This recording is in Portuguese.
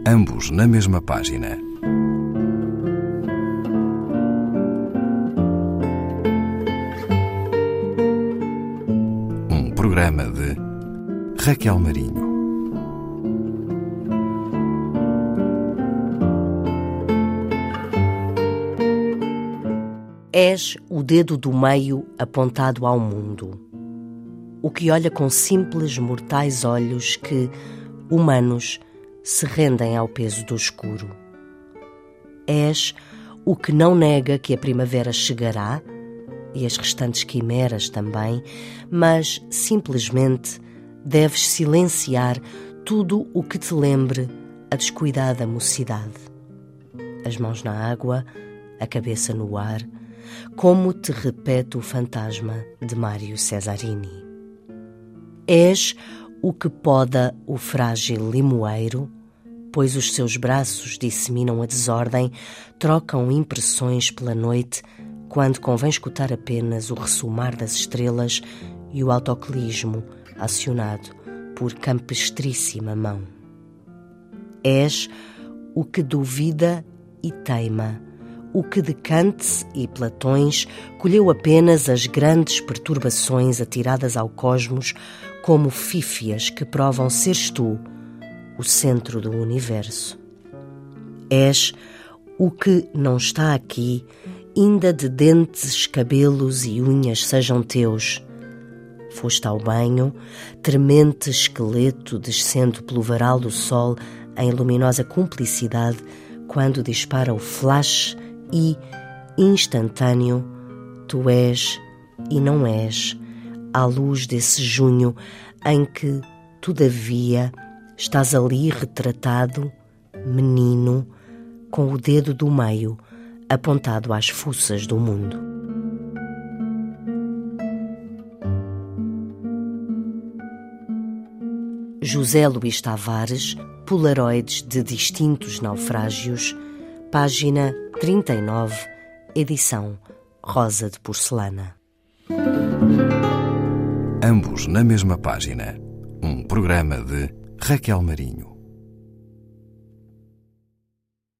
ambos na mesma página. Um programa de Raquel Marinho. És o dedo do meio apontado ao mundo, o que olha com simples mortais olhos que, humanos, se rendem ao peso do escuro. És o que não nega que a primavera chegará, e as restantes quimeras também, mas simplesmente deves silenciar tudo o que te lembre a descuidada mocidade. As mãos na água, a cabeça no ar, como te repete o fantasma de Mário Cesarini. És o que poda o frágil limoeiro, pois os seus braços disseminam a desordem, trocam impressões pela noite, quando convém escutar apenas o ressumar das estrelas e o autoclismo acionado por campestríssima mão. És o que duvida e teima, o que de Kant e Platões colheu apenas as grandes perturbações atiradas ao cosmos como fífias que provam seres tu, o centro do universo. És o que não está aqui, ainda de dentes, cabelos e unhas sejam teus. Foste ao banho, tremente esqueleto descendo pelo varal do sol em luminosa cumplicidade, quando dispara o flash e, instantâneo, tu és e não és, à luz desse junho em que, todavia, estás ali retratado, menino, com o dedo do meio apontado às fuças do mundo. José Luís Tavares, Polaroides de distintos naufrágios, página 39, edição Rosa de Porcelana. Ambos na mesma página. Um programa de Raquel Marinho.